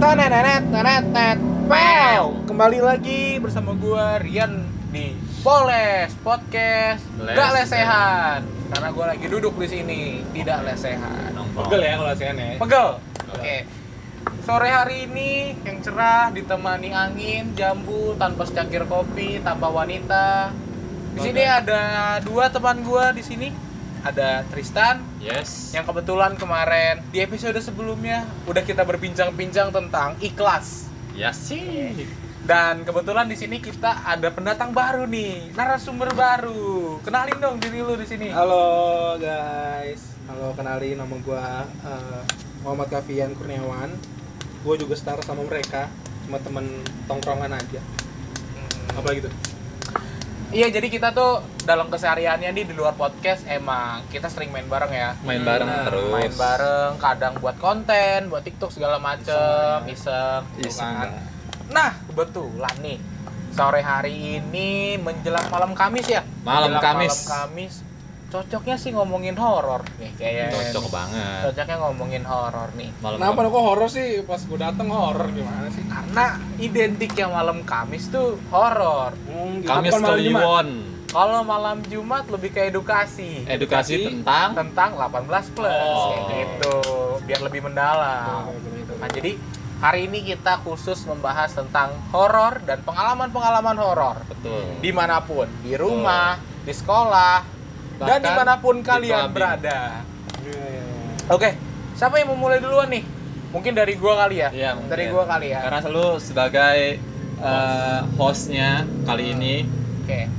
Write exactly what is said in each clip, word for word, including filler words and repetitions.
Tenenet, tenet, net, pew. Kembali lagi bersama gua Rian di Poles Podcast. Gak lesehan, karena gua lagi duduk di sini, tidak lesehan. Pegel ya kalau lesehan ya. Pegel. Oke. Okay. Sore hari ini yang cerah ditemani angin, jambu, tanpa secangkir kopi, tanpa wanita. Di sini ada dua teman gua di sini. Ada Tristan, yes, yang kebetulan kemarin di episode sebelumnya udah kita berbincang-bincang tentang ikhlas. ya sih. Dan kebetulan di sini kita ada pendatang baru nih, narasumber baru. Kenalin dong diri lu di sini. Halo guys, halo, kenalin nama gua uh, Muhammad Kafian Kurniawan. Gua juga setara sama mereka, cuma temen tongkrongan aja. Hmm. Apa gitu? Iya, jadi kita tuh dalam kesehariannya nih di luar podcast emang kita sering main bareng ya. Main bareng Nah, terus. Main bareng, kadang buat konten, buat TikTok segala macem, iseng, gitu Iseng. kan. Nah, kebetulan nih sore hari ini menjelang malam Kamis ya. Malam Menjelang Kamis. Malam Kamis. Cocoknya sih ngomongin horor nih kayaknya. Cocok banget. Cocoknya ngomongin horor nih. Malam Kenapa kok horor sih? Pas gua dateng horor gimana sih? Karena identiknya malam Kamis tuh horor. Hmm, gitu. Kamis Bukan malam Jumat. Kliwon. Kalau malam Jumat lebih ke edukasi. Edukasi Edukasi tentang Tentang delapan belas plus Oh. kayak gitu. Biar lebih mendalam. Nah, jadi hari ini kita khusus membahas tentang horor dan pengalaman-pengalaman horor betul. dimanapun, di rumah, di sekolah, dan Bahkan dimanapun di kalian clubbing. berada. Iya. Oke, siapa yang mau mulai duluan nih? Mungkin dari gua kali ya. Iya, mungkin. Dari gua kali ya. Karena selalu sebagai uh, hostnya kali ini. Oke.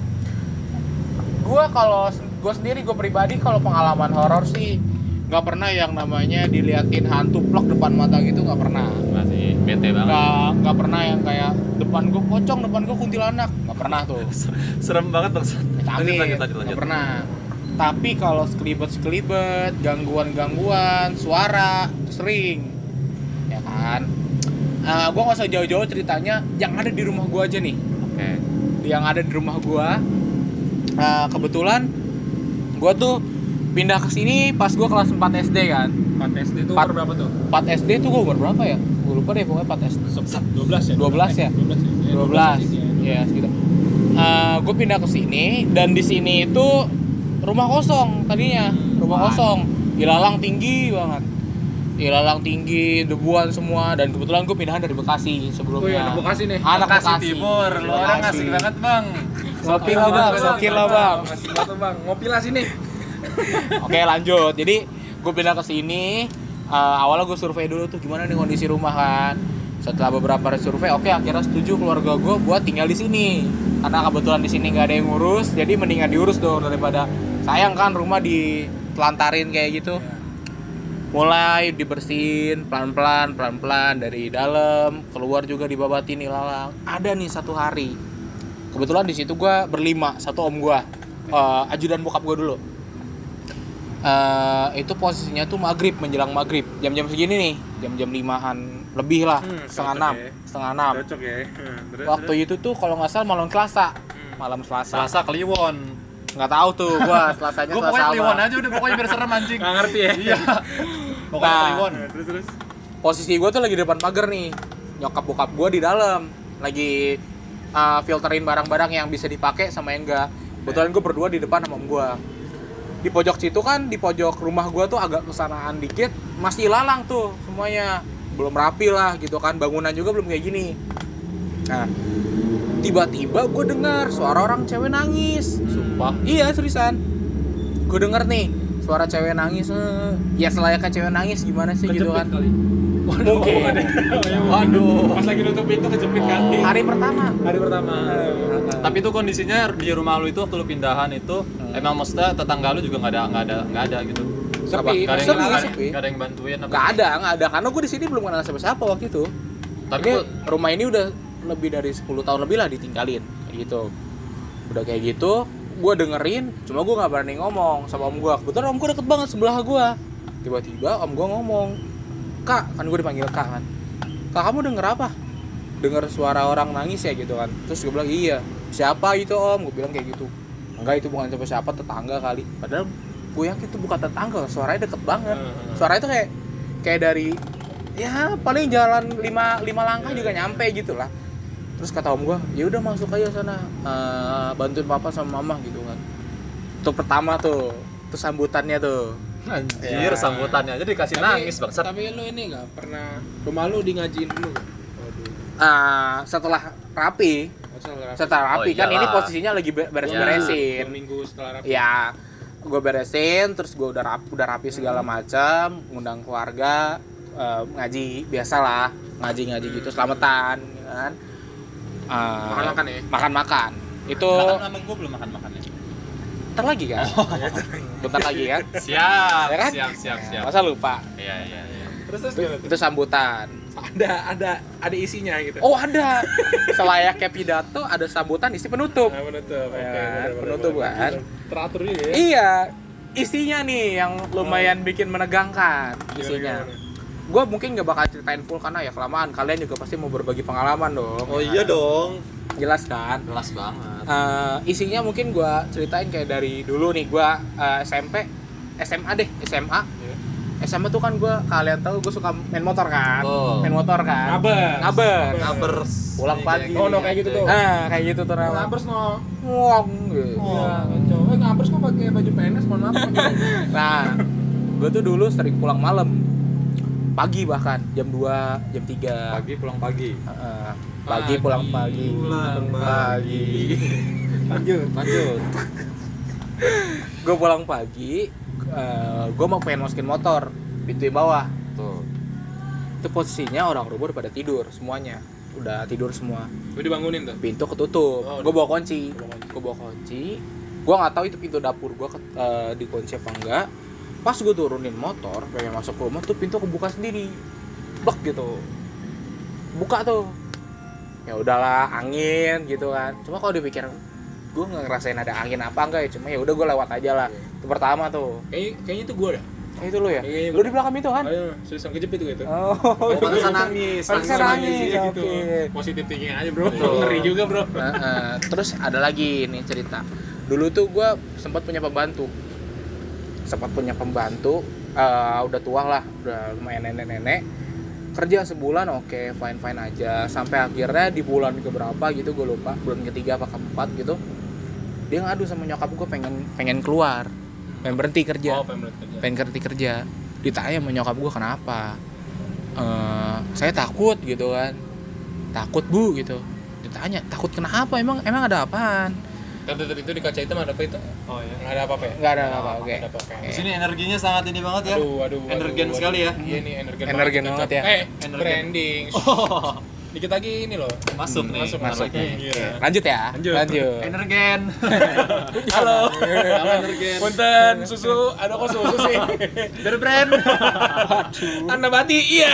Gua kalau gua sendiri, gua pribadi kalau pengalaman horor sih nggak pernah yang namanya diliatin hantu plok depan mata gitu, nggak pernah. Masih bete banget. Nggak nggak pernah yang kayak depan gua pocong, depan gua kuntilanak, nggak pernah tuh. Serem banget bang. Kami Lanjut, lanjut, lanjut, lanjut. nggak pernah. Tapi kalau sekelibet-sekelibet, gangguan-gangguan, suara sering, ya kan. Uh, gua nggak usah jauh-jauh ceritanya, yang ada di rumah gua aja nih. Oke. Yang ada di rumah gua, uh, kebetulan gua tuh pindah ke sini pas gua kelas empat S D kan. empat S D itu Empat- umur berapa tuh? empat S D tuh gua umur berapa ya? Gua lupa deh, pokoknya empat S D. dua belas ya? dua belas ya? dua belas ya? dua belas. Ya, segitu. Uh, gue pindah ke sini dan di sini itu rumah kosong tadinya, rumah Wah. kosong. Ilalang tinggi banget. Ilalang tinggi, debuan semua, dan kebetulan gue pindahan dari Bekasi sebelumnya. Oh iya, anak Bekasi nih. Anak Bekasi. Timur. Lu orang Bekasi. asik banget bang. Sokil lah bang, sokil lah bang. Masih batu bang, ngopi lah sini. Oke, lanjut. Jadi gue pindah ke sini. Uh, awalnya gue survei dulu tuh gimana nih kondisi rumah kan. Setelah beberapa survei, oke akhirnya setuju keluarga gue buat tinggal di sini. Karena kebetulan di sini nggak ada yang ngurus, jadi mendingan diurus dong daripada sayang kan rumah ditelantarin kayak gitu. Mulai dibersihin pelan-pelan, pelan-pelan dari dalam, keluar juga dibabatin ilalang. Ada nih satu hari, kebetulan di situ gue berlima, satu om gue, uh, ajudan bokap gue dulu. Uh, itu posisinya tuh maghrib, menjelang maghrib, jam-jam segini nih, jam-jam limaan lebih lah, Hmm, setengah cocok enam, ya. setengah enam. Cocok ya. Terus, Waktu itu tuh kalau nggak salah malam Selasa, Hmm. malam Selasa. Selasa Kliwon. Nggak tahu tuh gua Selasanya Gue Selasa pokoknya Kliwon apa. aja udah, pokoknya biar serem anjing. nggak ngerti ya? Iya. Pokoknya Nah. Kliwon. Terus terus. Posisi gua tuh lagi di depan pagar nih, nyokap bokap gua di dalam, lagi uh, filterin barang-barang yang bisa dipakai sama yang enggak. Kebetulan gua berdua di depan sama om gua. Di pojok situ kan, di pojok rumah gua tuh agak kesanaan dikit, masih ilalang tuh semuanya, belum rapi lah gitu kan, bangunan juga belum kayak gini. Nah, tiba-tiba gue dengar suara orang cewek nangis. Sumpah. Iya, seriusan. Gue denger nih suara cewek nangis. eh. Ya selayaknya cewek nangis gimana sih gitu kan. kali. Mungkin. Waduh. Pas lagi nutup pintu kejepit kali. Hari pertama. Hari pertama. Tapi itu kondisinya di rumah lu itu waktu lu pindahan itu Hmm. emang maksudnya tetangga lu juga nggak ada nggak ada nggak ada gitu. Sepi, Nggak ada yang, sepi, nggak ada- sepi. nggak ada yang bantuin apa? Gak ada, gak ada. Karena gue di sini belum kenal siapa-siapa waktu itu. Tapi Ini gua- rumah ini udah lebih dari sepuluh tahun lebih lah ditinggalin kayak gitu. Udah kayak gitu, gue dengerin, cuma gue nggak berani ngomong sama om gue. Kebetulan om gue deket banget sebelah gue. Tiba-tiba om gue ngomong, "Kak," kan gue dipanggil Kak kan. "Kak, kamu denger apa?" "Denger suara orang nangis ya," gitu kan. Terus gue bilang, "Iya." "Siapa itu om?" Gue bilang kayak gitu. "Enggak, itu bukan siapa-siapa, tetangga kali." Padahal gue yakin itu bukan tetangga, suaranya deket banget. Suaranya itu kayak kayak dari ya paling jalan lima lima langkah juga nyampe gitu lah. Terus kata om gue, ya udah masuk aja sana, uh, bantuin papa sama mama gitu kan. Itu pertama tuh, itu sambutannya tuh. Anjir, Ya. sambutannya aja dikasih Tapi- nangis bangsat. Tapi lu ini nggak pernah rumah lu di ngajiin dulu nggak? Uh, setelah rapi, Oh, setelah setelah rapi Oh, kan ini iyalah. posisinya lagi be- beres-beresin. dua minggu setelah rapi. Ya, gue beresin, terus gue udah rapi, udah rapi segala macam, ngundang keluarga, uh, ngaji, biasalah ngaji-ngaji gitu, selamatan, kan. Uh, Makan-makan ya? Makan-makan. Itu Makan sama gue belum makan-makan ya. bentar lagi kan? Bentar lagi kan? Siap, Ya kan? siap, siap, siap. Masa lupa? Iya, iya, iya. Terus terus gimana tuh? Itu sambutan. Ada ada ada isinya gitu. Oh ada. Selayaknya pidato ada sambutan isi penutup. Nah, penutup. Ya, Oke, bener-bener. penutup kan. Teratur juga ya. Iya. Isinya nih yang lumayan bikin menegangkan isinya. Gue mungkin gak bakal ceritain full karena ya kelamaan. Kalian juga pasti mau berbagi pengalaman dong. Oh iya dong. Jelas kan? Jelas banget. Eh, isinya mungkin gue ceritain kayak dari dulu nih. Gue uh, S M P, S M A deh, S M A. Iya. S M A tuh kan gue, kalian tahu gue suka main motor kan? Oh. Main motor kan? Ngabers. Ngabers. Ngabers. Pulang pagi. Oh, no, kayak gitu tuh. Nah, kayak gitu tuh namanya. Ngabers no. Wong gitu. Iya, kacau. Eh, ngabers kok pakai baju P N S, mohon maaf. Nah, gue tuh dulu sering pulang malam. Pagi bahkan, jam dua, jam tiga. Pagi pulang pagi. Heeh. Pagi pulang pagi. Pulang pagi. Lanjut. Lanjut. Gue pulang pagi, gue mau pengen masukin motor, pintu bawah. Tuh. Itu posisinya orang rumah udah pada tidur semuanya. Udah tidur semua. Udah dibangunin tuh. Pintu ketutup. Oh, Gue bawa kunci. Bawa kunci. Gue bawa kunci. Gue nggak tahu itu pintu dapur gue uh, dikunci apa enggak. Pas gue turunin motor, pengen masuk ke rumah tuh pintu kebuka sendiri, blok gitu, buka tuh. Ya udahlah, angin gitu kan. Cuma kalau dipikir, gue nggak ngerasain ada angin apa enggak ya. Cuma ya udah gue lewat aja lah. Itu pertama tuh. Kayaknya kayaknya itu gua dah. Eh, itu lu ya? Kayaknya Lu di belakang pintu kan? Ayo, susah kejepit gitu. Oh, Pantesan nangis. Pantesan nangis. gitu. Oke. Positif thinking aja, Bro. Betul. Ngeri juga, Bro. Nah, eh, terus ada lagi nih cerita. Dulu tuh gue sempat punya pembantu. Sempat punya pembantu, uh, udah tua lah, udah lumayan nenek-nenek. Kerja sebulan oke, fine-fine aja. Sampai akhirnya di bulan keberapa gitu gue lupa, bulan ketiga apa keempat gitu. Dia ngadu sama nyokap gue pengen pengen keluar. Pengen berhenti kerja. Oh, pengen kerja. Pengen berhenti kerja. Ditanya sama nyokap gue kenapa? Eh, saya takut gitu kan. Takut bu gitu. Ditanya takut kenapa? Emang emang ada apaan? Tadi tadi itu di kaca hitam ada apa itu? Oh ya. Nggak ada apa-apa ya? Nggak ada apa, oke. Nggak ada apa-apa. Di sini energinya sangat ini banget ya. Aduh, aduh, aduh, Energen aduh. sekali ya. Iya nih, energen. Energen banget ya. Eh, Energen. branding. Oh, Dikit lagi ini loh. masuk Hmm, nih. masuk, bentar masuk lagi. nih. Iya. Lanjut ya. Lanjut. Lanjut. Energen. Halo. Halo Energen. Punten, susu, ada kok susu sih. Dari brand. Anda Bati, iya.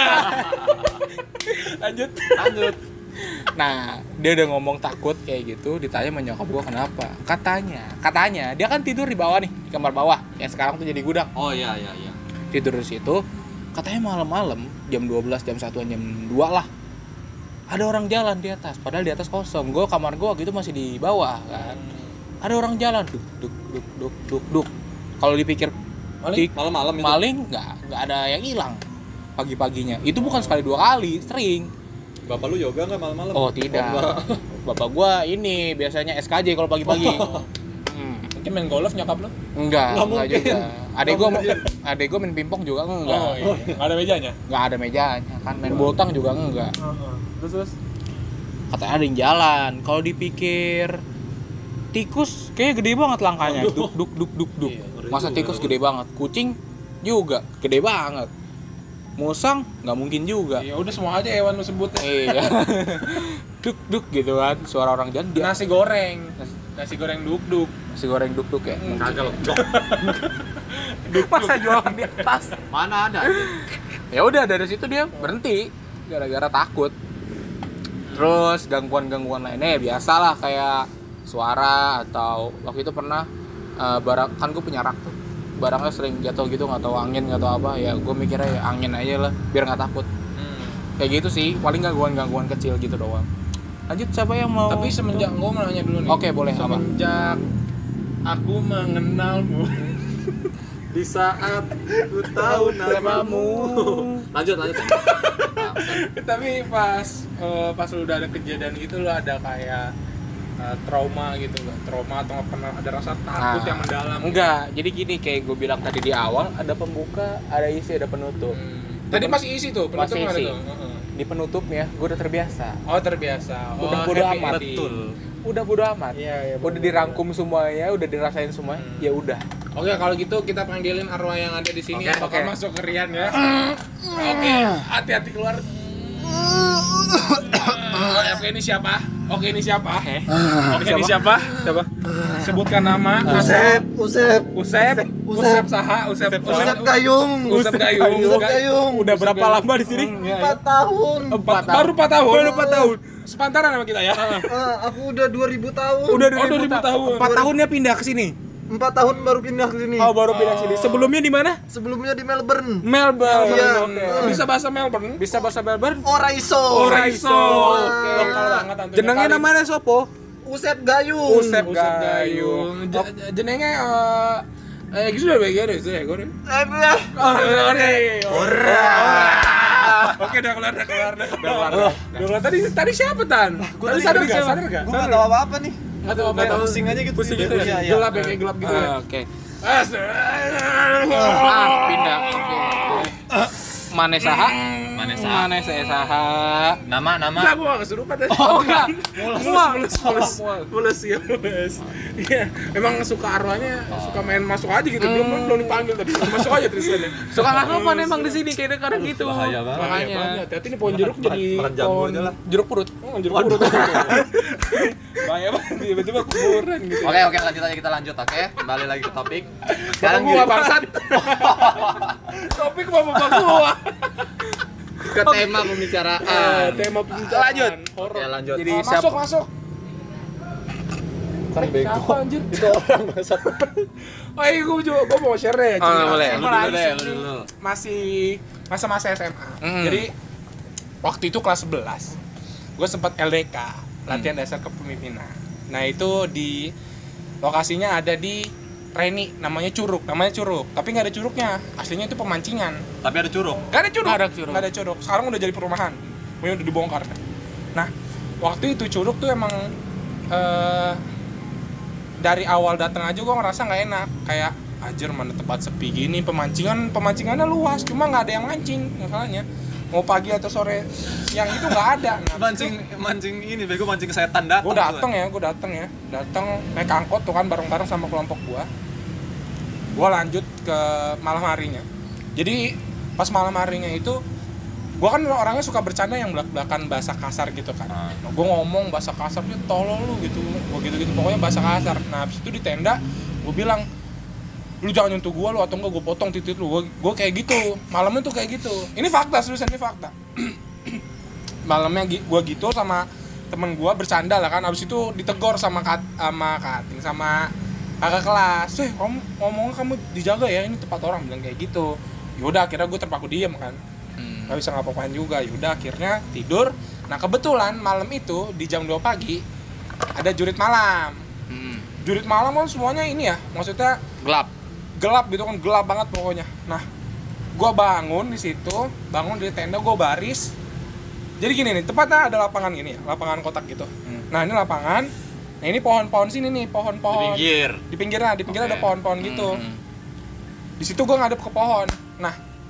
Lanjut. Lanjut. Nah, dia udah ngomong takut kayak gitu, ditanya sama nyokap gua kenapa. Katanya, katanya dia kan tidur di bawah nih, di kamar bawah yang sekarang tuh jadi gudang. Oh iya iya iya. Tidur di situ. Katanya malam-malam jam dua belas, jam satu, jam dua lah. Ada orang jalan di atas, padahal di atas kosong. Gua kamar gua gitu masih di bawah kan. Ada orang jalan duk duk duk duk duk duk. Kalau dipikir Maling? Malam-malam itu. maling nggak nggak ada yang hilang pagi-paginya. Itu bukan sekali dua kali, sering. Bapak lu yoga nggak malam-malam? Oh tidak. Bapak gua ini biasanya S K J kalau pagi-pagi. Hmm. Mungkin main golf nyokap lo? Enggak, Nggak enggak mungkin. juga. Adek gua Nggak mungkin. adek gua main pingpong juga enggak. Oh iya. Nggak ada mejanya? Enggak ada mejanya kan, main botang juga enggak. Terus terus. Katanya ada yang jalan. Kalau dipikir tikus kayak gede banget langkahnya. Duk duk duk duk duk. Iya, Masa tikus gede banget. Kucing juga gede banget. Musang nggak mungkin juga. Ya udah semua aja hewan lu sebut. Iya. Duk duk gitu kan, suara orang jalan. Dia Nasi goreng. Nasi goreng duk-duk. nasi goreng duk duk ya. Kagak loh. Masa jualan di atas. Mana ada? Ya udah dari situ dia berhenti gara-gara takut. Terus gangguan-gangguan lainnya ya biasalah kayak suara atau waktu itu pernah uh, barang kan gue punya rak tuh. Barangnya sering jatuh gitu, nggak tahu angin nggak tahu apa, ya gue mikirnya ya angin aja lah biar nggak takut. Hmm. Kayak gitu sih, paling gangguan-gangguan kecil gitu doang. Lanjut, siapa yang mau? Tapi semenjak gue mau nanya dulu nih. Oke, boleh, apa? Semenjak aku mengenalmu. Di saat ku tahu namamu. Lanjut lanjut. Tapi pas eh, pas lu udah ada kejadian gitu lu ada kayak eh, trauma gitu nggak? Trauma atau nggak pernah ada rasa takut Nah, yang mendalam? gitu? Enggak, jadi gini kayak gue bilang tadi di awal, ada pembuka, ada isi, ada penutup. Hmm. Tadi masih isi tuh, Masih penutupnya ada isi. tuh. Heeh. Di penutupnya gue udah terbiasa. Oh terbiasa. Oh, Udah bodo happy amat. ending. Betul. Udah bodo amat. Iya iya. Udah dirangkum semuanya, udah dirasain semua, Hmm. ya udah. Oke kalau gitu kita panggilin arwah yang ada di sini. Oke, Apakah oke. masuk ke Rian ya? Oke, hati-hati keluar. Oke ini siapa? Oke ini siapa? Oke ini siapa? Siapa? Sebutkan nama. Usep, Usep, Usep. Usep Saha. Usep. Usep Gayung, Usep Gayung. Usep Gayung. Udah berapa Gayung. lama di sini? Empat tahun. Empat, baru empat tahun. Baru empat tahun. Sepantaran sama kita ya. Ah, aku udah dua ribu tahun. Udah Oh, dua ribu tahun. Empat tahunnya pindah ke sini. Empat tahun baru pindah ke sini. Oh, baru pindah ke sini. Sebelumnya di mana? Sebelumnya di Melbourne. Melbourne. Iya. Oke. Bisa bahasa Melbourne? Bisa bahasa Melbourne? Oraiso. Oraiso. Oke. Lokal banget tentunya. Jenengnya Kali- namanya sopo? Usep Gayung. Usep. Usep Gayung. J- j- Jenengnya eh eh gitu udah bagian deh, sudah gue. Aduh. Ora. Oke, udah keluar, udah keluar, udah keluar. Udah keluar. Tadi tadi siapa Tan? Tadi sadar enggak? Sadar enggak? Gue gak tau apa-apa nih. Enggak tahu apa. Nggak tahu, pusing aja gitu. Pusing gitu Iya, ya. iya. Gelap ya, kayak gelap gitu ya. Ah, Oke. As. Ah, pindah. Oke. Mane saha? Mane saha? Mane saya saha? Nama nama. Enggak, gua enggak kesurupan deh. Oh, enggak. Mulus, Mual. mulus, mulus, mulus, ya, mulus. Iya, emang suka arwahnya suka main masuk aja gitu. Belum Hmm. belum dipanggil tadi. Masuk aja Tristan. Suka ngakapan emang di sini kayak kadang gitu. Bahaya banget. Makanya. Hati-hati nih pohon jeruk jadi makan jambu pohon aja lah. Jeruk purut. Oh, jeruk purut. Bahaya banget tiba-tiba kuburan gitu. Oke oke lanjut aja kita lanjut oke. Kembali lagi ke topik. Sekarang Sekarang gua gini. bangsat. Topik bapak gua. Ke tema Eh, pembicaraan. tema pembicaraan. Lanjut. Horor. Ya lanjut. Jadi Ah, siapa? masuk, masuk. Kan bego. Siapa anjir? Itu orang masa. Oh iya, gue juga gue mau share deh. Oh, cerita. boleh. Gua Lu dulu lagi deh, sini lu dulu. Masih masa-masa S M A. Mm. Jadi waktu itu kelas sebelas, gue sempat L D K, latihan dasar kepemimpinan. Nah itu di lokasinya ada di Reni, namanya Curug, namanya Curug. Tapi nggak ada curugnya, aslinya itu pemancingan. Tapi ada curug. Gak ada curug. Nggak ada curug. Nggak ada curug. Sekarang udah jadi perumahan. Ini udah dibongkar. Nah, waktu itu curug tuh emang eh, dari awal datang aja gue ngerasa nggak enak. Kayak anjir mana tempat sepi gini, pemancingan pemancingannya luas, cuma nggak ada yang mancing masalahnya. Mau pagi atau sore siang itu nggak ada. Nah, Mancing mancing ini bego mancing setan datang. gue dateng ya, gue dateng ya, dateng naik angkot tuh kan bareng-bareng sama kelompok gue. Gue lanjut ke malam harinya. Jadi pas malam harinya itu, gue kan orangnya suka bercanda yang belak-belakan bahasa kasar gitu kan. Ah. Nah, gue ngomong bahasa kasar, dia tolol lu gitu, gue gitu-gitu pokoknya bahasa kasar. Nah habis itu di tenda, gue bilang, lu jangan nyentuh gue lu atau enggak gue potong titik lu. Gue gue kayak gitu, malamnya tuh kayak gitu. Ini fakta, seriusan ini fakta. Malamnya gue gitu sama temen gue bercanda lah kan, abis itu ditegor sama kat, sama kating sama kakak kelas, eh kamu ngomongnya kamu dijaga ya, ini tempat orang, bilang kayak gitu. Yaudah akhirnya gue terpaku diem kan, Hmm. nggak bisa ngapa-ngapain juga. Yaudah akhirnya tidur. Nah kebetulan malam itu di jam dua pagi ada jurit malam. Hmm. Jurit malam kan semuanya ini ya, maksudnya Gelap. gelap gitu kan, gelap banget pokoknya. Nah gue bangun di situ, bangun di tenda, gue baris. Jadi gini nih, tempatnya ada lapangan gini ya, lapangan kotak gitu. Hmm. Nah ini lapangan, nah ini pohon-pohon sini nih, pohon-pohon. Di pinggir. Di pinggirnya, di pinggirnya Oke. ada pohon-pohon gitu. Hmm. Di situ gue ngadep ke pohon. Nah,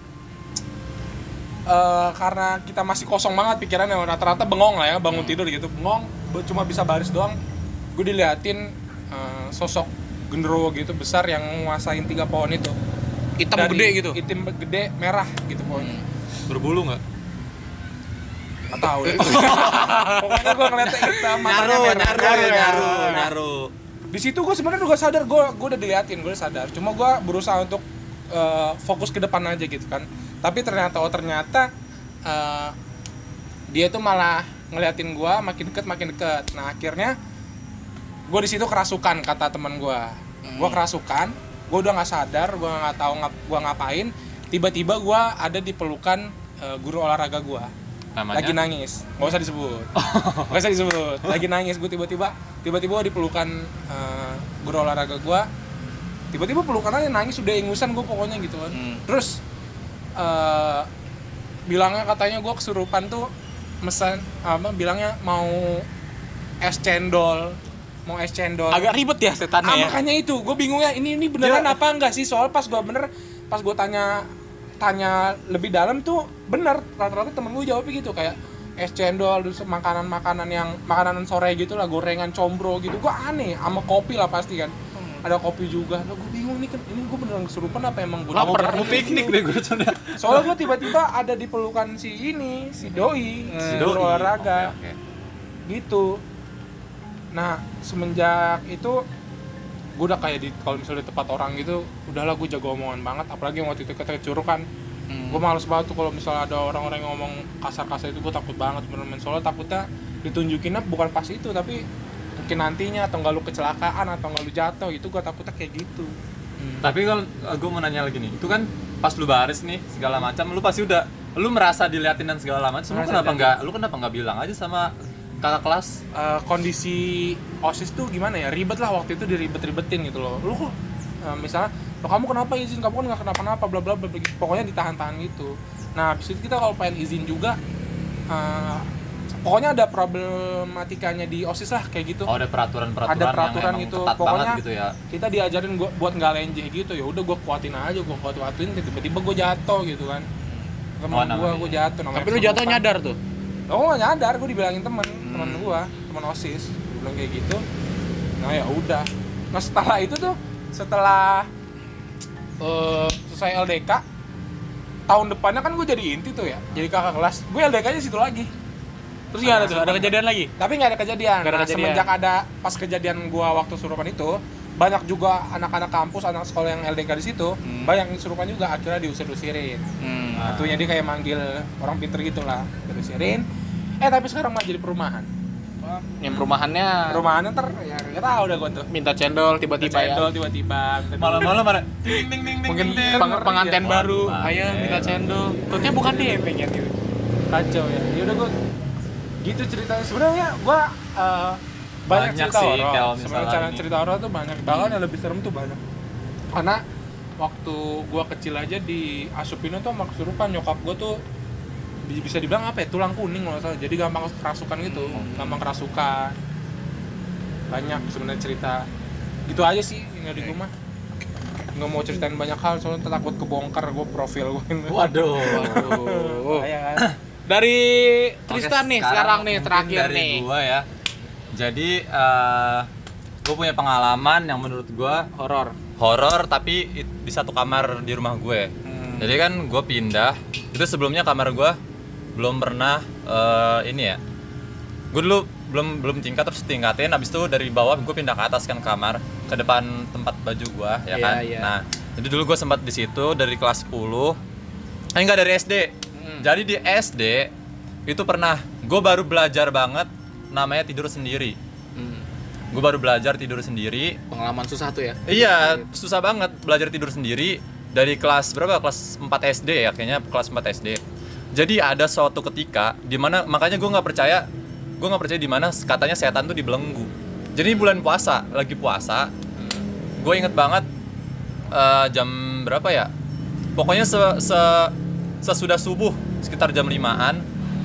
eh, karena kita masih kosong banget pikirannya, rata-rata bengong lah ya, bangun tidur gitu, bengong, gua cuma bisa baris doang. Gue diliatin eh, sosok genderuwo gitu besar yang nguasain tiga pohon itu. Hitam Dari gede gitu. Hitam gede, merah gitu pohonnya. Berbulu nggak? Nggak tahu deh. Pokoknya gue ngeliatnya hitam, matanya Nyaru, merah. nyaru, ya. nyaru, Nah, nyaru. di situ gue sebenarnya udah sadar, gue gue udah diliatin, gue udah sadar. Cuma gue berusaha untuk uh, fokus ke depan aja gitu kan. Tapi ternyata oh ternyata uh, dia tuh malah ngeliatin gue makin deket makin deket. Nah akhirnya gue di situ kerasukan, kata teman gue. Gue kerasukan, gue udah nggak sadar, gue nggak tahu ngap, gue ngapain. Tiba-tiba gue ada di pelukan uh, guru olahraga gue. Namanya? Lagi nangis, nggak usah disebut, nggak usah disebut. Lagi nangis, gue tiba-tiba, tiba-tiba di pelukan uh, guru olahraga gue. tiba-tiba pelukan aja, nangis udah ingusan gue pokoknya gitu kan. Hmm. Terus uh, bilangnya katanya gue kesurupan tuh mesen apa bilangnya mau es cendol, mau es cendol. Agak ribet ya setannya Ah, ya. makanya itu gue bingung ya, ini ini beneran Dia- apa enggak sih? Soal pas gue bener pas gue tanya tanya lebih dalam tuh bener, rata-rata temen gue jawabnya gitu kayak es cendol, terus makanan-makanan yang makanan sore gitu lah, gorengan, combro gitu. Gue aneh, sama kopi lah pasti kan. Ada kopi juga. Lah gue bingung nih kan, ini gue beneran kesurupan apa emang gue Lapar, Mau piknik deh gue tuh. Soalnya gue tiba-tiba ada di pelukan si ini, si doi, si Doi. guru olahraga. Oke, oke. Gitu. Nah, semenjak itu gue udah kayak di kalau misalnya di tempat orang gitu, udahlah gue jago omongan banget, apalagi waktu itu ketika curug kan. Hmm. Gue males banget tuh kalau misalnya ada orang-orang yang ngomong kasar-kasar itu, gue takut banget bener-bener. Soalnya takutnya ditunjukinnya bukan pas itu, tapi mungkin nantinya atau enggak lu kecelakaan atau enggak lu jatuh, itu gue takutnya kayak gitu. Tapi kalau gue mau nanya lagi nih, itu kan pas lu baris nih segala macam, lu pasti udah lu merasa diliatin dan segala macam. Lu Merasa kenapa diliatin. nggak lu kenapa nggak bilang aja sama kakak kelas? Uh, kondisi OSIS tuh gimana ya, ribet lah waktu itu, diribet-ribetin gitu loh. Lu kok uh, misalnya, lo kamu kenapa izin, kamu kan nggak kenapa-napa, bla bla bla, gitu. Pokoknya ditahan-tahan gitu. Nah habis itu kita kalau pengen izin juga, uh, pokoknya ada problematikanya di OSIS lah kayak gitu. Oh, ada peraturan-peraturan Ada peraturan yang emang gitu. ketat Pokoknya banget gitu ya. Kita diajarin gua buat nggak lenjeh gitu, ya udah gue kuatin aja, gue kuat-kuatin, tiba-tiba gue jatuh gitu kan. Temen Oh, gue, namanya. gue jatuh. namanya Tapi lu jatuh kesurupan. nyadar tuh. Oh nggak nyadar, gue dibilangin temen, Hmm. temen gue, temen OSIS, gue bilang kayak gitu. Nah ya udah. Nah setelah itu tuh, setelah uh, selesai L D K, tahun depannya kan gue jadi inti tuh ya, jadi kakak kelas. Gue L D K-nya situ lagi. Terus gimana tuh? Ada kejadian lagi? Tapi nggak ada kejadian. Nggak ada Nah, kejadian. semenjak ada pas kejadian gue waktu surupan itu, banyak juga anak-anak kampus, anak sekolah yang L D K di situ, Hmm. banyak yang surupan juga, akhirnya diusir-usirin. Hmm. Nah, tuh jadi kayak manggil orang pinter gitu lah, diusirin. Eh tapi sekarang mah jadi perumahan. Yang perumahannya Perumahannya ntar ya nggak tahu udah gue tuh. minta cendol tiba-tiba ya. Cendol tiba-tiba. Malam-malam ada ding ding ding ding. Mungkin ding, ding. peng- pengantin Waduh, baru, Bang. ayo Iya. minta cendol. Tutnya bukan dia pengen gitu. Kacau ya. Ya udah gue gitu ceritanya. Sebenarnya gue uh, banyak, Banyak cerita sih, horor. kalau Sebenarnya misalnya cara ini. cerita horor tuh banyak. Bahkan yang lebih serem tuh banyak. Karena waktu gue kecil aja di asupinnya tuh sama kesurupan, nyokap gue tuh bi- bisa dibilang apa ya, tulang kuning kalau nggak salah. Jadi gampang kerasukan gitu, Hmm. gampang kerasukan. Banyak sebenarnya cerita. Gitu aja sih yang di rumah. Nggak mau ceritain banyak hal soalnya takut kebongkar gue profil gue. Waduh. Waduh. Iya kan. Dari Oke, Tristan nih sekarang nih mungkin terakhir dari nih. gua ya. Jadi eh gue punya pengalaman yang menurut gua Horor. horor tapi it- di satu kamar di rumah gue. Hmm. Jadi kan gue pindah. Itu sebelumnya kamar gue belum pernah eh, ini ya. Gue dulu belum belum tingkat, terus tingkatin. Abis itu dari bawah gue pindah ke atas kan kamar, ke depan tempat baju gue ya Iya, kan. iya. Nah jadi dulu gue sempat di situ dari kelas sepuluh. Eh enggak, dari S D. Hmm. Jadi di S D itu pernah gue baru belajar banget namanya tidur sendiri. Hmm. Gue baru belajar tidur sendiri. Pengalaman susah tuh ya. Iya, susah banget belajar tidur sendiri dari kelas berapa? Kelas empat S D ya, kayaknya kelas empat S D. Jadi ada suatu ketika di mana, makanya gue nggak percaya, gue nggak percaya di mana katanya setan tuh dibelenggu. Jadi bulan puasa, lagi puasa, gue inget banget eh, jam berapa ya? Pokoknya se, se sesudah subuh sekitar jam limaan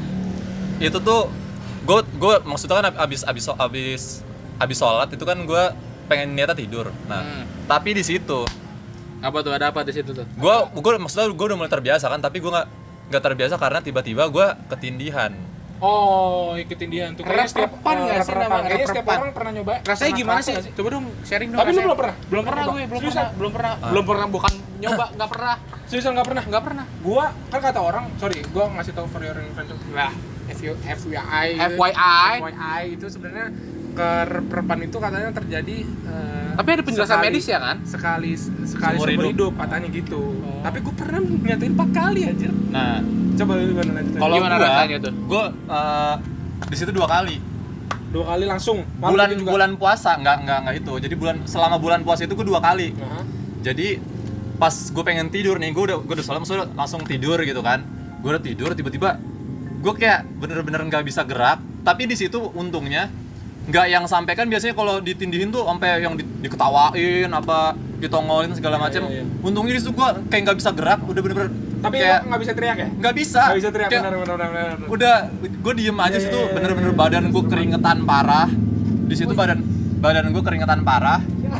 itu tuh gue gue maksudnya kan abis abis abis abis sholat itu kan gue pengen niatnya tidur. Nah Hmm. tapi di situ Apa tuh? Ada apa di situ tuh? gue gue maksudnya gue udah mulai terbiasa kan, tapi gue nggak nggak terbiasa karena tiba-tiba gue ketindihan. Oh, ikutin dia tuh. Kayaknya setiap Rep-repan nggak sih rep-repan. namanya? Kayaknya setiap Rep-repan. orang pernah nyoba. Rasanya pernah gimana kerasa sih? nggak sih? Coba dong sharing dong. Tapi lu rasanya. belum pernah? Belum pernah Coba. gue, belum Seriusan? pernah, belum pernah. Ah. Belum pernah, bukan nyoba, nggak pernah. Seriusan nggak pernah? Nggak pernah. Gua kan kata orang, sorry, gua ngasih tahu for your information. Lah, F Y I. F Y I. F Y I itu sebenarnya kerpepan itu katanya terjadi. eh, Tapi ada penjelasan sekali- medis ya kan? Sekali sekali Seumur seumur hidup. hidup katanya gitu. Oh. Tapi gua pernah nyatain empat kali aja. Nah Coba lu gimana lanjut? kalau Gimana gua, rasanya tuh? gue eh, di situ dua kali. Dua kali langsung. Malam Bulan itu juga. bulan puasa nggak nggak nggak itu. Jadi bulan selama bulan puasa itu gue dua kali. Nah, Jadi pas gue pengen tidur nih, gue udah gue udah sholat, maksudnya langsung tidur gitu kan. Gue udah tidur, tiba-tiba gue kayak bener-bener nggak bisa gerak. Tapi di situ untungnya nggak yang sampai kan biasanya kalau ditindihin tuh sampai yang di- diketawain apa ditongolin segala macam. Iya, iya. Untungnya di situ gue kayak nggak bisa gerak, udah bener-bener Tapi kayak lo nggak bisa teriak ya? nggak bisa. Nggak bisa teriak, Kayak benar benar benar. benar. udah gue diem aja Iya, situ, iya, iya. bener-bener badan gue keringetan parah. Di situ badan badan gue keringetan parah.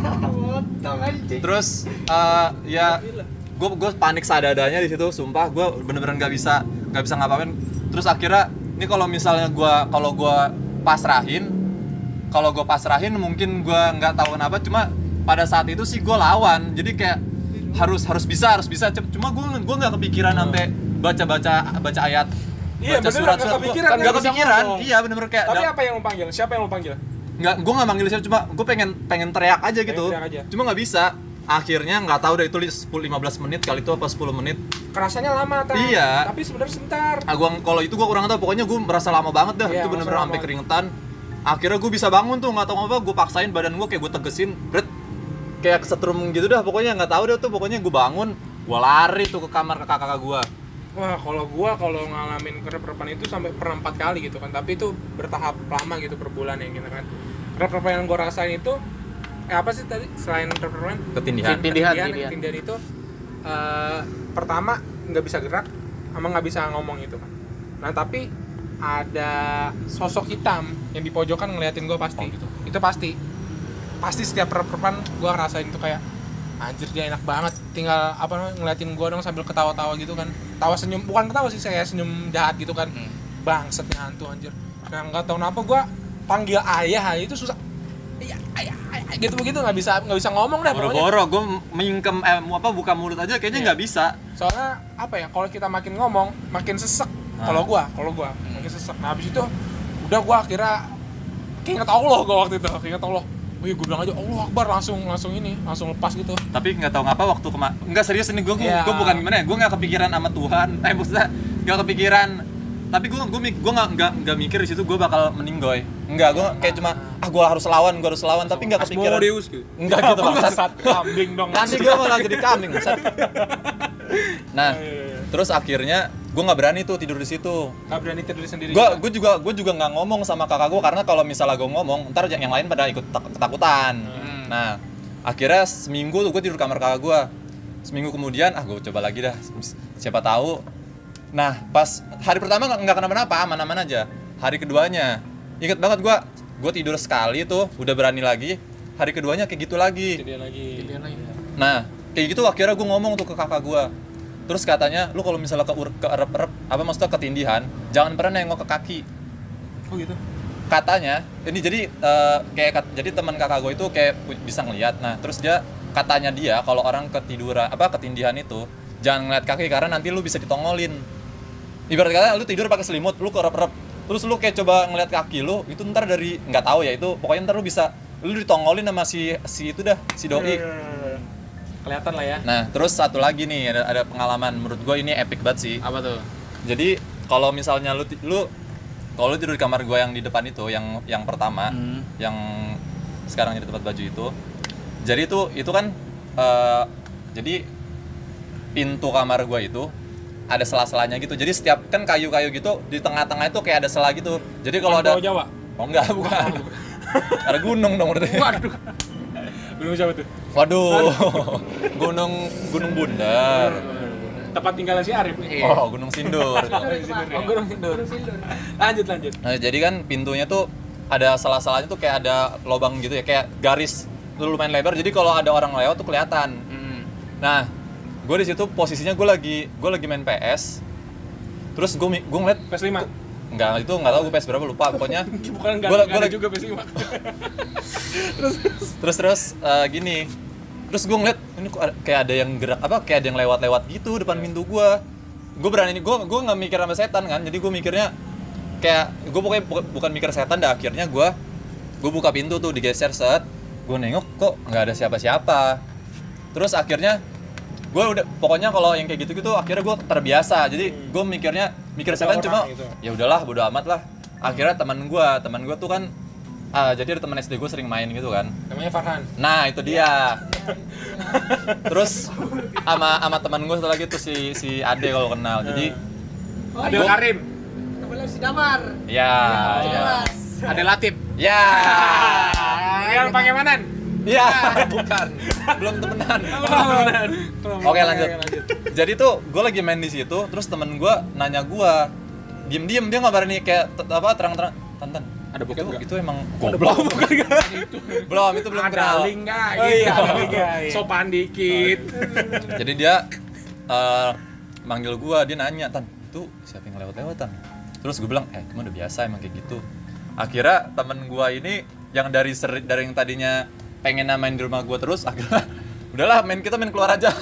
Terus eh, ya gue gue panik sadadanya di situ, sumpah gue bener-bener nggak bisa nggak bisa ngapain. Terus akhirnya ini kalau misalnya gue kalau gue pasrahin, kalau gue pasrahin mungkin gue nggak tahu kenapa, cuma pada saat itu sih gue lawan, jadi kayak harus harus bisa harus bisa. Cuma gue gue nggak kepikiran sampai baca baca baca ayat, Iya, baca bener, surat nggak surat kepikiran, nggak nggak bisa kepikiran. ngomong. Iya bener-bener kayak Tapi da- apa yang lo panggil? Siapa yang lo panggil? nggak, gue nggak manggil siapa, cuma gue pengen pengen teriak aja gitu, teriak aja. cuma nggak bisa. Akhirnya nggak tahu deh itu sepuluh lima belas menit kali itu apa sepuluh menit. Kerasanya lama tan. Iya. Tapi sebenarnya sebentar. Ah, gua kalau itu gua kurang tahu, pokoknya gue merasa lama banget dah, Iya, itu bener-bener merasa sampai lama. keringetan. Akhirnya gue bisa bangun tuh, nggak tahu apa, gue paksain badan gue kayak gue tegesin, bret, kayak kesetrum gitu dah, pokoknya nggak tahu deh tuh, pokoknya gue bangun, gue lari tuh ke kamar ke kakak gua. Wah, kalau gua kalau ngalamin kerep-kerepan itu sampai pernah empat kali gitu kan. Tapi itu bertahap lama gitu per bulan ya gitu kan. Kerep-kerepan yang gua rasain itu eh apa sih tadi selain kerep-kerepan? Ketindihan. Ketindihan, Ketindihan, ketindihan. ketindihan itu eh, pertama nggak bisa gerak sama nggak bisa ngomong gitu kan. Nah, tapi ada sosok hitam yang di pojokan ngeliatin gua pasti. Oh, gitu. Itu pasti. Pasti setiap kerep-kerepan gua ngerasain itu kayak anjir dia enak banget, tinggal apa namanya ngeliatin gua dong sambil ketawa-tawa gitu kan. Tawa senyum, bukan ketawa sih, saya senyum jahat gitu kan. Hmm. Bangset nih hantu anjir. Nah, enggak tahu kenapa gua panggil ayah itu susah. Iya, ayah, ayah gitu begitu nggak bisa nggak bisa ngomong dah pokoknya. Boro-boro gue mingkem eh apa buka mulut aja kayaknya Iya. nggak bisa. Soalnya apa ya, kalau kita makin ngomong makin sesek. Ah. Kalau gua, kalau gua makin sesek. Nah, habis itu udah gua akhirnya keinget Allah gua waktu itu, keinget Allah. Wih, gue bilang aja Allah Akbar, langsung langsung ini, langsung lepas gitu. Tapi nggak tahu ngapa waktu kema nggak serius ini gue Iya. gue bukan gimana ya, gue nggak kepikiran sama Tuhan, eh maksudnya nggak kepikiran, tapi gue gue gue nggak nggak nggak mikir di situ gue bakal meninggoy, nggak, gue kayak cuma ah gue harus lawan gue harus lawan, tapi nggak kepikiran. Asmodeus gitu. Nggak gitu bangsat. Bangsat, kambing dong. Nanti gue malah jadi kambing bangsat. Nah, Iya, iya, iya. terus akhirnya gue nggak berani tuh tidur di situ. Nggak berani tidur sendiri. Gue gue juga gue juga nggak ngomong sama kakak gue, karena kalau misalnya gue ngomong ntar yang lain pada ikut tak- ketakutan. Hmm. Nah, akhirnya seminggu tuh gue tidur kamar kakak gue. Seminggu kemudian, ah gue coba lagi dah, siapa tahu. Nah, pas hari pertama nggak nggak kenapa-napa, aman-aman aja. Hari keduanya, inget banget gue, gue tidur sekali tuh, udah berani lagi. Hari keduanya kayak gitu lagi. Kejadian lagi. Kejadian lagi. Nah, kayak gitu akhirnya gue ngomong tuh ke kakak gue. Terus katanya, lu kalau misalnya ke ke erep-erep, apa maksudnya ketindihan, jangan pernah nengok ke kaki. Oh gitu. Katanya ini jadi eh, kayak kat- jadi teman kakak gue itu kayak pu- bisa ngelihat. Nah terus dia katanya dia kalau orang ketiduran apa ketindihan itu jangan ngeliat kaki karena nanti lu bisa ditongolin. Ibarat kata lu tidur pakai selimut, lu kerep-rep, terus lu kayak coba ngeliat kaki lu, itu ntar dari nggak tahu ya itu pokoknya ntar lu bisa lu ditongolin sama si si itu dah si doi. Kelihatan lah ya. Nah terus satu lagi nih ada ada pengalaman menurut gue ini epic banget sih. Apa tuh? Jadi kalau misalnya lu ti- lu kalau lu tidur di kamar gue yang di depan itu, yang yang pertama, Hmm. yang sekarang jadi tempat baju itu, jadi itu itu kan eh, jadi pintu kamar gue itu ada sela-selanya gitu. Jadi setiap kan kayu-kayu gitu di tengah-tengah itu kayak ada sela gitu. Jadi kalau ada Pulau Jawa. oh enggak bukan ada gunung dong berarti. Waduh. Gunung siapa tuh? Waduh, gunung gunung Bundar. Tempat tinggalnya si Arif nih. Oh gunung Sindur. Oh, Gunung Sindur. Lanjut lanjut. Nah, jadi kan pintunya tuh ada salah-salahnya tuh kayak ada lubang gitu ya, kayak garis tuh lumayan lebar. Jadi kalau ada orang lewat tuh kelihatan. Hmm. Nah, gue di situ posisinya gue lagi gue lagi main P S. Terus gue gue ngeliat P S lima. enggak itu enggak tahu gue P S berapa lupa pokoknya. Bukan enggak Gua- ada gua lagi- juga P S lima. Terus terus eh, gini. Terus gue ngeliat ini kok ada- kayak ada yang gerak apa kayak ada yang lewat-lewat gitu depan pintu gue. Gue berani gue gue nggak mikir sama setan kan. Jadi gue mikirnya kayak gue pokoknya bukan, bukan mikir setan dah, akhirnya gue gue buka pintu tuh digeser set, gue nengok kok nggak ada siapa-siapa. Terus akhirnya gue udah pokoknya kalau yang kayak gitu-gitu akhirnya gue terbiasa. Jadi gue mikirnya mikir Ada setan orang cuma gitu. ya udahlah bodo amat lah. Akhirnya teman gue teman gue tuh kan ah, jadi ada teman S D gue sering main gitu kan. Namanya Farhan. Nah itu dia. Terus sama sama teman gue satu lagi tuh si si Ade kalau kenal. Jadi Ada Gua- Karim. ya ya Ada Latif. ya. Yang Pangemanan. Iya, bukan. Belum temenan. Oke, lanjut. Jadi tuh gue lagi main di situ, terus temen gue nanya gue, diem-diem dia nggak berani kayak t- apa terang-terang, Tantan. Ada bokep itu, nggak? itu emang goblok. Belum, itu belum Ada kenal. link nggak? Oh Gitu. iya, ada link nggak? Iya. Sopan dikit. Jadi dia eh, manggil gue, dia nanya, Tan, itu siapa yang lewat-lewat, Tan? Terus gue bilang, eh cuma udah biasa emang kayak gitu. Akhirnya temen gue ini yang dari seri, dari yang tadinya pengen main di rumah gue terus, akhirnya udahlah main kita main keluar aja.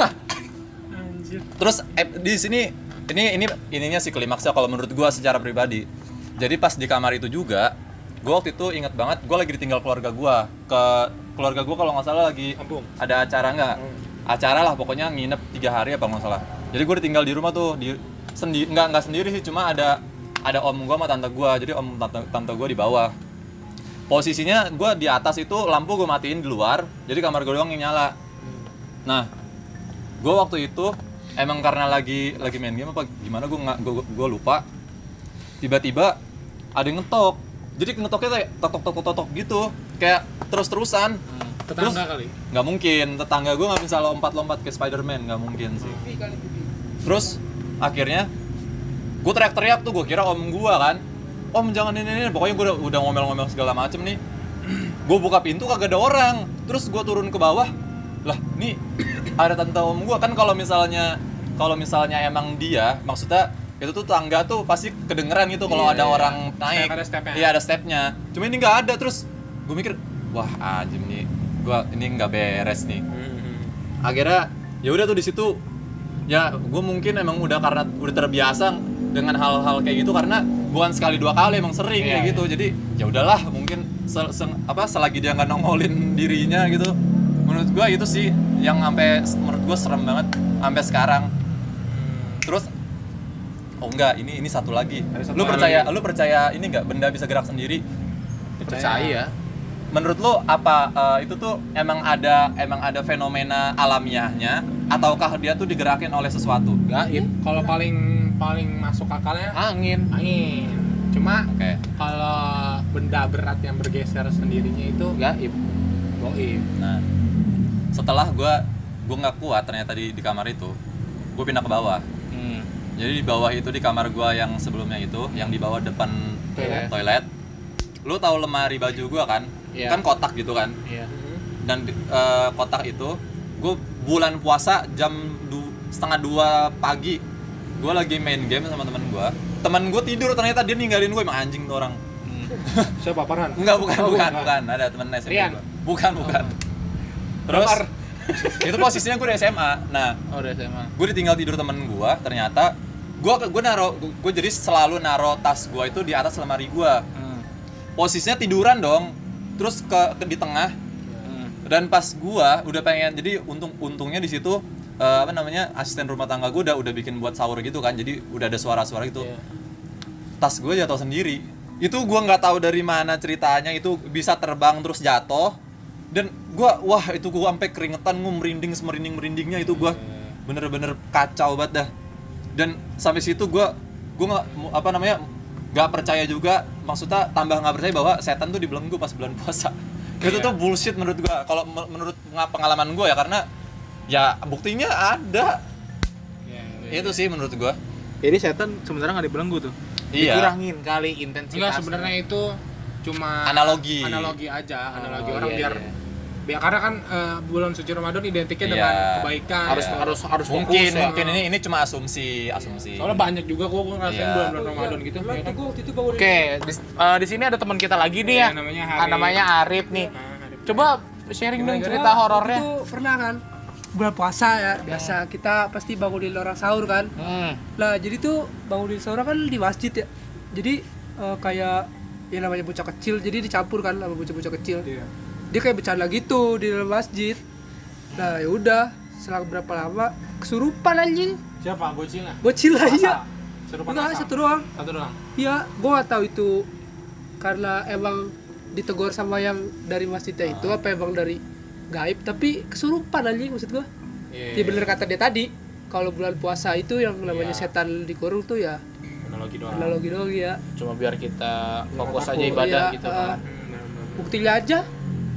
Anjir. Terus eh, di sini ini ini ininya sih klimaksnya kalau menurut gue secara pribadi. Jadi pas di kamar itu juga, gue waktu itu inget banget, gue lagi ditinggal keluarga gue. Ke keluarga gue kalau nggak salah lagi Kampung. ada acara nggak? Acara lah pokoknya nginep tiga hari apa nggak salah. Jadi gue ditinggal di rumah tuh di sendi nggak nggak sendiri sih, cuma ada ada om gue sama tante gue. Jadi om tante, tante gue di bawah. Posisinya gue di atas itu lampu gue matiin di luar, jadi kamar gue doang yang nyala. Nah, gue waktu itu emang karena lagi lagi main game apa gimana gue nggak gue gue lupa. Tiba-tiba ada yang ngetok. Jadi ngetoknya kayak tok tok tok tok gitu, kayak terus-terusan. Terus Tetangga kali. nggak mungkin, tetangga gue nggak bisa lompat-lompat ke Spider-Man, nggak mungkin sih. Terus akhirnya gue teriak-teriak tuh, gue kira om gue kan, om jangan ini ini, pokoknya gue udah, udah ngomel-ngomel segala macem nih. Gue buka pintu kagak ada orang, terus gue turun ke bawah, lah nih ada tante om gue kan. Kalau misalnya kalau misalnya emang dia, maksudnya itu tuh tangga tuh pasti kedengeran gitu kalau Iya, ada iya. orang naik. Step, ada stepnya. Iya ada stepnya. Cuma ini nggak ada, terus gue mikir, wah anjing nih, gue ini nggak beres nih. Akhirnya ya udah tuh di situ, ya gue mungkin emang udah karena udah terbiasa dengan hal-hal kayak gitu, karena bukan sekali dua kali, emang sering Iya, kayak iya. gitu. Jadi ya udahlah, mungkin se- se- apa selagi dia nggak nongolin dirinya gitu. Menurut gue itu sih yang sampai menurut gue serem banget sampai sekarang. Terus oh enggak, ini ini satu lagi. Ada satu Lu lagi. percaya lu percaya ini enggak benda bisa gerak sendiri? Percaya. Menurut lu apa eh, itu tuh emang ada emang ada fenomena alamiahnya ataukah dia tuh digerakin oleh sesuatu? Gaib. Kalau paling paling masuk akalnya Angin. angin. Cuma Oke. kalau benda berat yang bergeser sendirinya itu Gaib. goib. Nah, setelah gua gua nggak kuat ternyata di di kamar itu, gua pindah ke bawah. Hmm. Jadi di bawah itu di kamar gua yang sebelumnya itu, yang di bawah depan Toilet. toilet. Lu tahu lemari baju gua kan? Iya. Kan kotak gitu kan. Iya. Dan eh, kotak itu gue bulan puasa jam du- setengah dua pagi gue lagi main game sama teman gue. Teman gue tidur, ternyata dia ninggalin gue. Emang anjing tuh orang. Siapa Farhan? Enggak, bukan, Oh, bukan, bukan. bukan, ada temen S M P Rian? gua. Bukan, bukan. Terus itu posisinya gue di S M A. Nah, Oh, udah S M A. gue ditinggal tidur temen gue. Ternyata gue gue naro gue jadi selalu naro tas gue itu di atas lemari gue. Hmm. Posisinya tiduran dong. Terus ke, ke di tengah. Hmm. Dan pas gua udah pengen, jadi untung untungnya di situ eh, apa namanya, asisten rumah tangga gua udah udah bikin buat sahur gitu kan, jadi udah ada suara-suara gitu. Iya. Tas gua jatuh sendiri. Itu gua nggak tahu dari mana ceritanya itu bisa terbang terus jatuh. Dan gua wah itu gua sampai keringetan, gua merinding semerinding merindingnya itu gua bener-bener kacau banget dah. Dan sampai situ gua gua nggak apa namanya nggak percaya juga, maksudnya tambah nggak percaya bahwa setan tuh dibelenggu pas bulan puasa. Itu tuh bullshit menurut gua, kalau me- menurut pengalaman gua ya, karena ya buktinya ada. Itu sih menurut gua. Jadi setan sebenarnya nggak dibelenggu tuh. Iya. Dikurangin kali intensitas. Enggak, sebenarnya itu cuma Analogi. analogi aja, analogi Oh, orang iya, biar iya. biar karena kan eh, bulan suci Ramadan identiknya Iya. dengan kebaikan. Harus Iya. harus harus Mungkin fokus ya. mungkin ini ini cuma asumsi, asumsi. Soalnya banyak juga gua gua ngerasain Iya. bulan-bulan Ramadan gitu. Emang ya kan? tuh gua waktu itu bangun Oke, di, eh, di sini ada teman kita lagi nih ya. Iya, namanya Ah, Arif. namanya Arif nih. Nah, ada- Coba sharing dong Gimana? cerita horornya. Itu pernah kan bulan puasa ya, biasa kita pasti bangunin orang sahur kan. Hmm. Lah jadi tuh bangunin sahur kan di masjid ya. Jadi eh, kayak yang namanya bocah kecil, jadi dicampur kan sama bocah-bocah kecil. Iya. Dia kayak bercanda gitu di dalam masjid. Nah ya udah, selang berapa lama kesurupan anjing. Siapa bocilnya? Bocil aja. Serupan Enggak, asam. satu doang. Satu doang. Iya, gua nggak tahu itu karena emang ditegur sama yang dari masjidnya itu apa emang dari gaib, tapi kesurupan anjing maksud gua. Iya. Ya bener kata dia tadi, kalau bulan puasa itu yang namanya Iya. setan dikurung tuh ya Analogi doang. analogi doang ya. Cuma biar kita fokus takut. aja ibadah Iya, gitu uh, kan. Hmm, benar-benar. Buktinya aja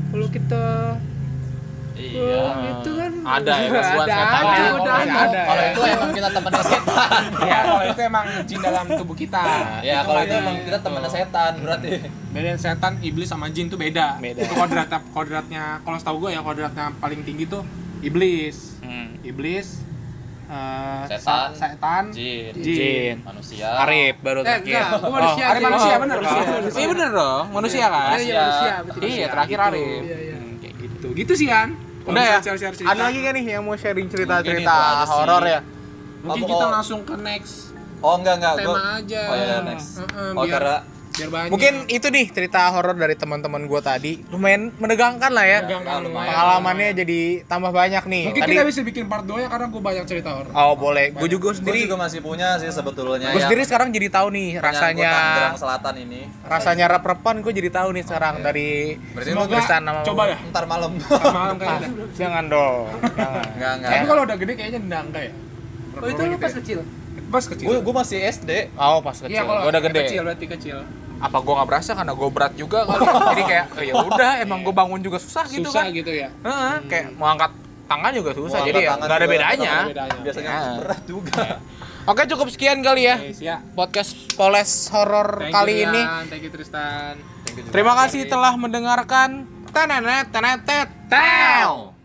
Kalau kita Iya. wah, itu kan Ada ya, gangguan ada, setan ada, ya. udah Masih ada. ada. Kalau itu emang kita temennya setan. Ya, kalau itu emang jin dalam tubuh kita. Ya kalau itu lagi- emang kita temennya setan berarti. Bedain setan, iblis sama jin tuh beda. Beda. Itu kodratnya, kodratnya kalau setahu gue ya kodratnya paling tinggi tuh iblis. Hmm. Iblis, eh, Setan, sa- setan, Jin, Jin. manusia. Arif baru Eh, terakhir. enggak, gua manusia Oh, Arif aja. manusia, Oh, bener, manusia. manusia. Iya bener dong, manusia kan? Iya, iya, manusia, betul. Iya, terakhir Gitu. Arif. Iya, iya. Hmm, kayak gitu. Gitu, gitu sih kan. Udah ya? Share-share cerita. Ada lagi kan nih yang mau sharing Mungkin itu cerita-cerita aja sih. horor ya? Mungkin Oh, kita oh. langsung ke next Oh enggak enggak, tema gua. aja. Oh iya next. Heeh, Oh biar- karena biar banyak. Mungkin itu nih cerita horor dari teman-teman gue tadi. Lumayan menegangkan lah ya. Menegangkan, lumayan. Pengalamannya jadi tambah banyak nih. Mungkin Tadi kita bisa bikin part dua ya karena gue banyak cerita horor. Oh, boleh. Gue juga gue sendiri. juga masih punya sih sebetulnya. Gue yang sendiri sekarang jadi tahu nih punya rasanya gua Tangerang Selatan ini. rasanya rep-repan gue jadi tahu nih sekarang dari Berarti lu Semoga Tristan sama coba dah. Ntar malam. Malam kayaknya. Jangan dong. Jangan. Enggak enggak. Tapi kalau udah gede kayaknya enggak ya. Oh, itu lu pas kecil. Pas kecil. Gue gue masih S D. Oh, pas kecil. Iya, kalau Gue udah gede. Kecil berarti kecil. Apa gue nggak berasa karena gue berat juga kali. Jadi kayak oh, ya udah emang gue bangun juga susah, gitu Susah kan. gitu ya. Heeh, kayak mau angkat tangan juga susah. Mau jadi angkat ya tangan nggak ada juga bedanya. nggak ada bedanya. Biasanya Ya. berat juga. Oke, cukup sekian kali ya Oke, siap. podcast Poles Horor Thank kali you, ini. Rian. Thank you Tristan. Thank you juga. Terima kasih telah mendengarkan. Tenenet tenetet. Tew.